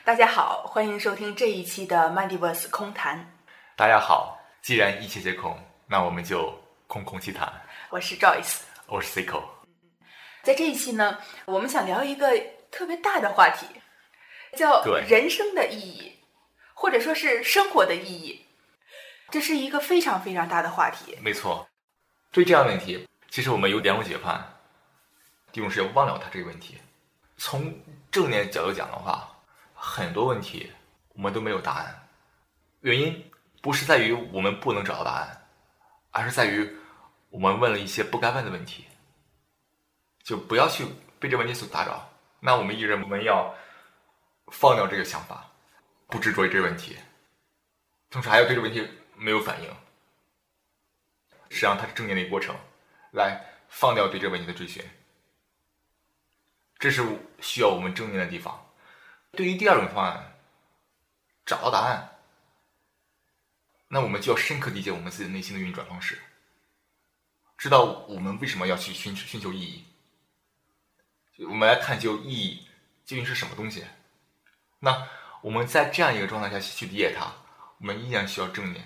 大家好，欢迎收听这一期的 Mindyverse 空谈。 大家好，既然一切皆空，那我们就空空其谈。 我是 Joyce， 我是 Cico。 在这一期呢，我们想聊一个特别大的话题，叫人生的意义，或者说是生活的意义。这是一个非常非常大的话题。 没错，对这样的问题，其实我们有两种解判。第一种是要忘了它这个问题。从正面角度讲的话，很多问题我们都没有答案。原因不是在于我们不能找到答案，而是在于我们问了一些不该问的问题。就不要去被这问题所打扰。那我们我们要放掉这个想法，不执着于这个问题，同时还要对这个问题没有反应。实际上它是正面的一个过程，来放掉对这个问题的追寻。这是需要我们正面的地方。对于第二种方案，找到答案，那我们就要深刻理解我们自己内心的运转方式，知道我们为什么要去寻求意义。我们来探究意义究竟是什么东西。那我们在这样一个状态下去理解它，我们依然需要正念。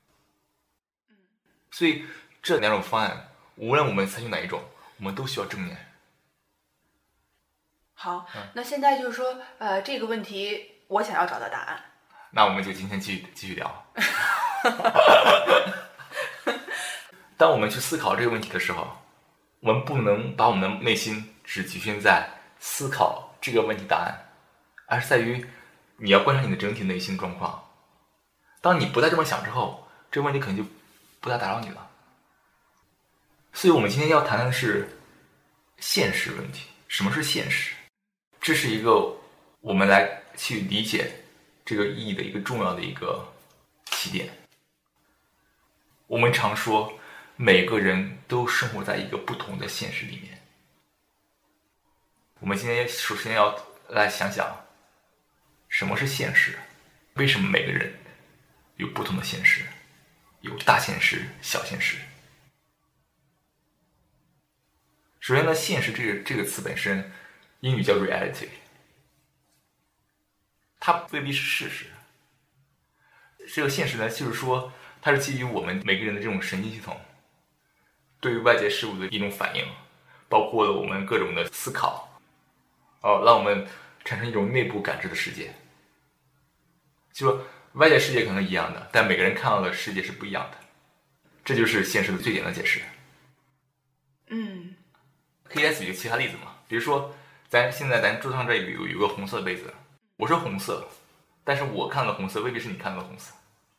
所以这两种方案，无论我们采取哪一种，我们都需要正念。 好，那现在就是说，这个问题我想要找到答案。 那我们就今天继续聊。当我们去思考这个问题的时候，我们不能把我们的内心只局限在思考这个问题答案，而是在于你要观察你的整体内心状况。当你不再这么想之后，这个问题可能就不再打扰你了。所以我们今天要谈的是现实问题。什么是现实？这是一个我们来去理解这个意义的一个重要的一个起点。我们常说每个人都生活在一个不同的现实里面。我们今天首先要来想想什么是现实，为什么每个人有不同的现实，有大现实、小现实。首先呢，现实这个词本身，英语叫 reality， 它未必是事实。这个现实呢，就是说它是基于我们每个人的这种神经系统对于外界事物的一种反应，包括了我们各种的思考，让我们产生一种内部感知的世界。就说外界世界可能一样的，但每个人看到的世界是不一样的。这就是现实的最简单的解释。可以再举个其他例子嘛？比如说现在咱桌上这有个红色的杯子，我说红色，但是我看到的红色未必是你看到的红色。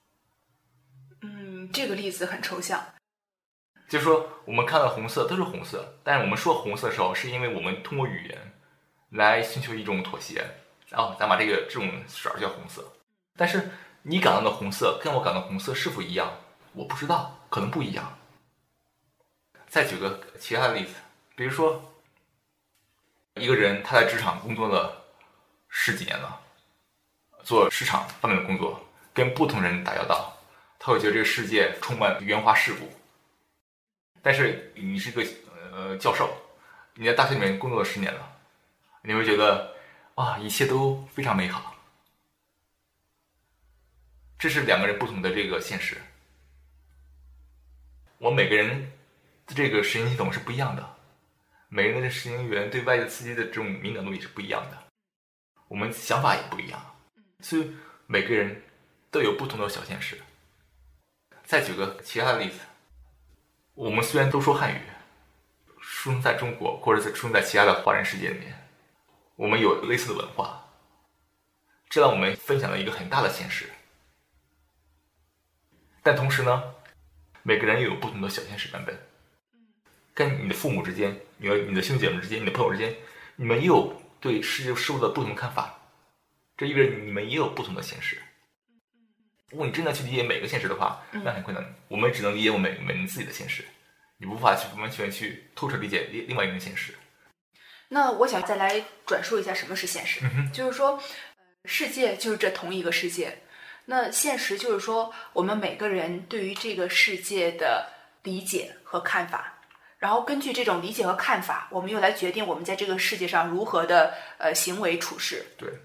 这个例子很抽象。 就是说我们看到红色都是红色，但是我们说红色的时候，是因为我们通过语言来寻求一种妥协，咱把这种色叫红色。但是你感到的红色跟我感到的红色是否一样，我不知道，可能不一样。再举个其他的例子，比如说一个人他在职场工作了10几年了，做市场方面的工作，跟不同人打交道，他会觉得这个世界充满圆滑世故。但是你是一个教授，你在大学里面工作了10年了，你会觉得一切都非常美好。这是两个人不同的这个现实。我每个人的这个神经系统是不一样的，每个人的神经元对外界刺激的这种敏感度也是不一样的，我们想法也不一样，所以每个人都有不同的小现实。再举个其他的例子，我们虽然都说汉语，出生在中国或者出生在其他的华人世界里面，我们有类似的文化，这让我们分享了一个很大的现实。但同时呢，每个人又有不同的小现实版本。跟你的父母之间，你的兄弟姐妹之间，你的朋友之间，你们也有对世界事物的不同看法，这意味着你们也有不同的现实。如果你真的去理解每个现实的话，那很困难。我们只能理解我们自己的现实，你无法去完全去透彻理解另外一个现实。 那我想再来转述一下什么是现实。就是说世界就是这同一个世界，那现实就是说我们每个人对于这个世界的理解和看法，然后根据这种理解和看法，我们又来决定我们在这个世界上如何的行为处事。 对，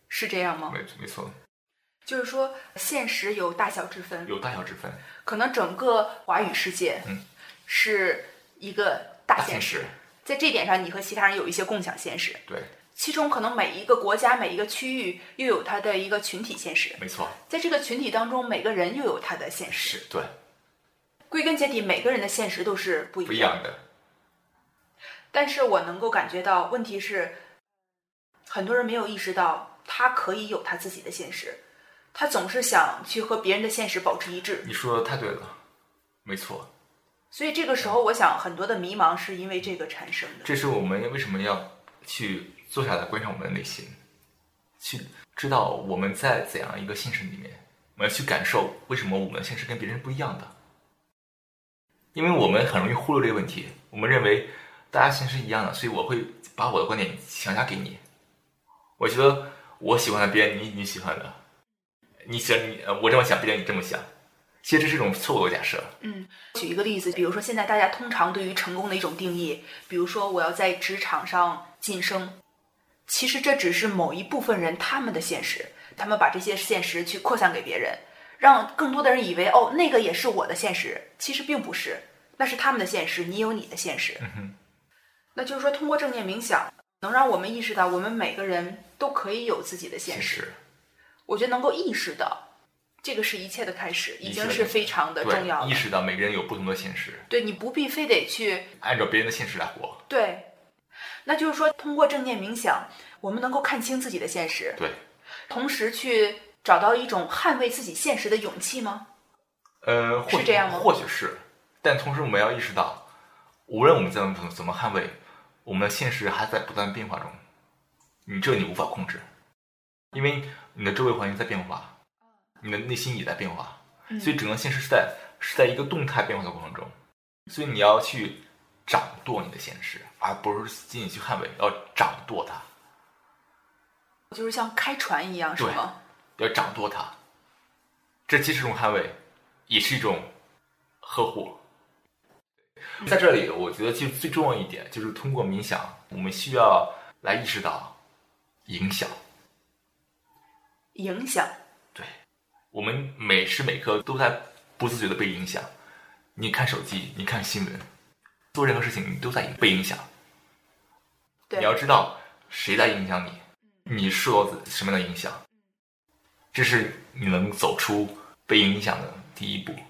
是这样吗？ 没错。 就是说，现实有大小之分， 有大小之分。 可能整个华语世界是一个大现实，在这点上，你和其他人有一些共享现实。 对。 其中可能每一个国家、每一个区域又有它的一个群体现实。 没错。 在这个群体当中，每个人又有他的现实。 对。 归根结底，每个人的现实都是不一样的。但是我能够感觉到，问题是很多人没有意识到，他可以有他自己的现实，他总是想去和别人的现实保持一致。 你说的太对了，没错。 所以这个时候，我想很多的迷茫是因为这个产生的。 这是我们为什么要去坐下来观察我们的内心，去知道我们在怎样一个现实里面，我们要去感受为什么我们的现实跟别人不一样的。因为我们很容易忽略这个问题，我们认为大家现实一样的，所以我会把我的观点强加给你。我觉得我喜欢的别人你喜欢的，我这么想，别人你这么想，其实这是一种错误的假设。 举一个例子，比如说现在大家通常对于成功的一种定义，比如说我要在职场上晋升，其实这只是某一部分人他们的现实，他们把这些现实去扩散给别人，让更多的人以为那个也是我的现实，其实并不是，那是他们的现实，你有你的现实。那就是说，通过正念冥想，能让我们意识到，我们每个人都可以有自己的现实。我觉得能够意识到，这个是一切的开始，已经是非常的重要了。 意识到每个人有不同的现实， 对，你不必非得去按照别人的现实来活。 对，那就是说，通过正念冥想，我们能够看清自己的现实， 对， 同时去找到一种捍卫自己现实的勇气吗？是这样吗？ 或许是，但同时我们要意识到，无论我们怎么捍卫，我们的现实还在不断变化中，你无法控制，因为你的周围环境在变化，你的内心也在变化，所以整个现实是在一个动态变化的过程中，所以你要去掌舵你的现实，而不是仅仅去捍卫，要掌舵它， 就是像开船一样，是吗？ 要掌舵它，这既是一种捍卫，也是一种呵护。在这里，我觉得其实最重要一点就是通过冥想，我们需要来意识到影响。对，我们每时每刻都在不自觉的被影响。你看手机，你看新闻，做任何事情你都在被影响。你要知道谁在影响你，你受到什么样的影响，这是你能走出被影响的第一步。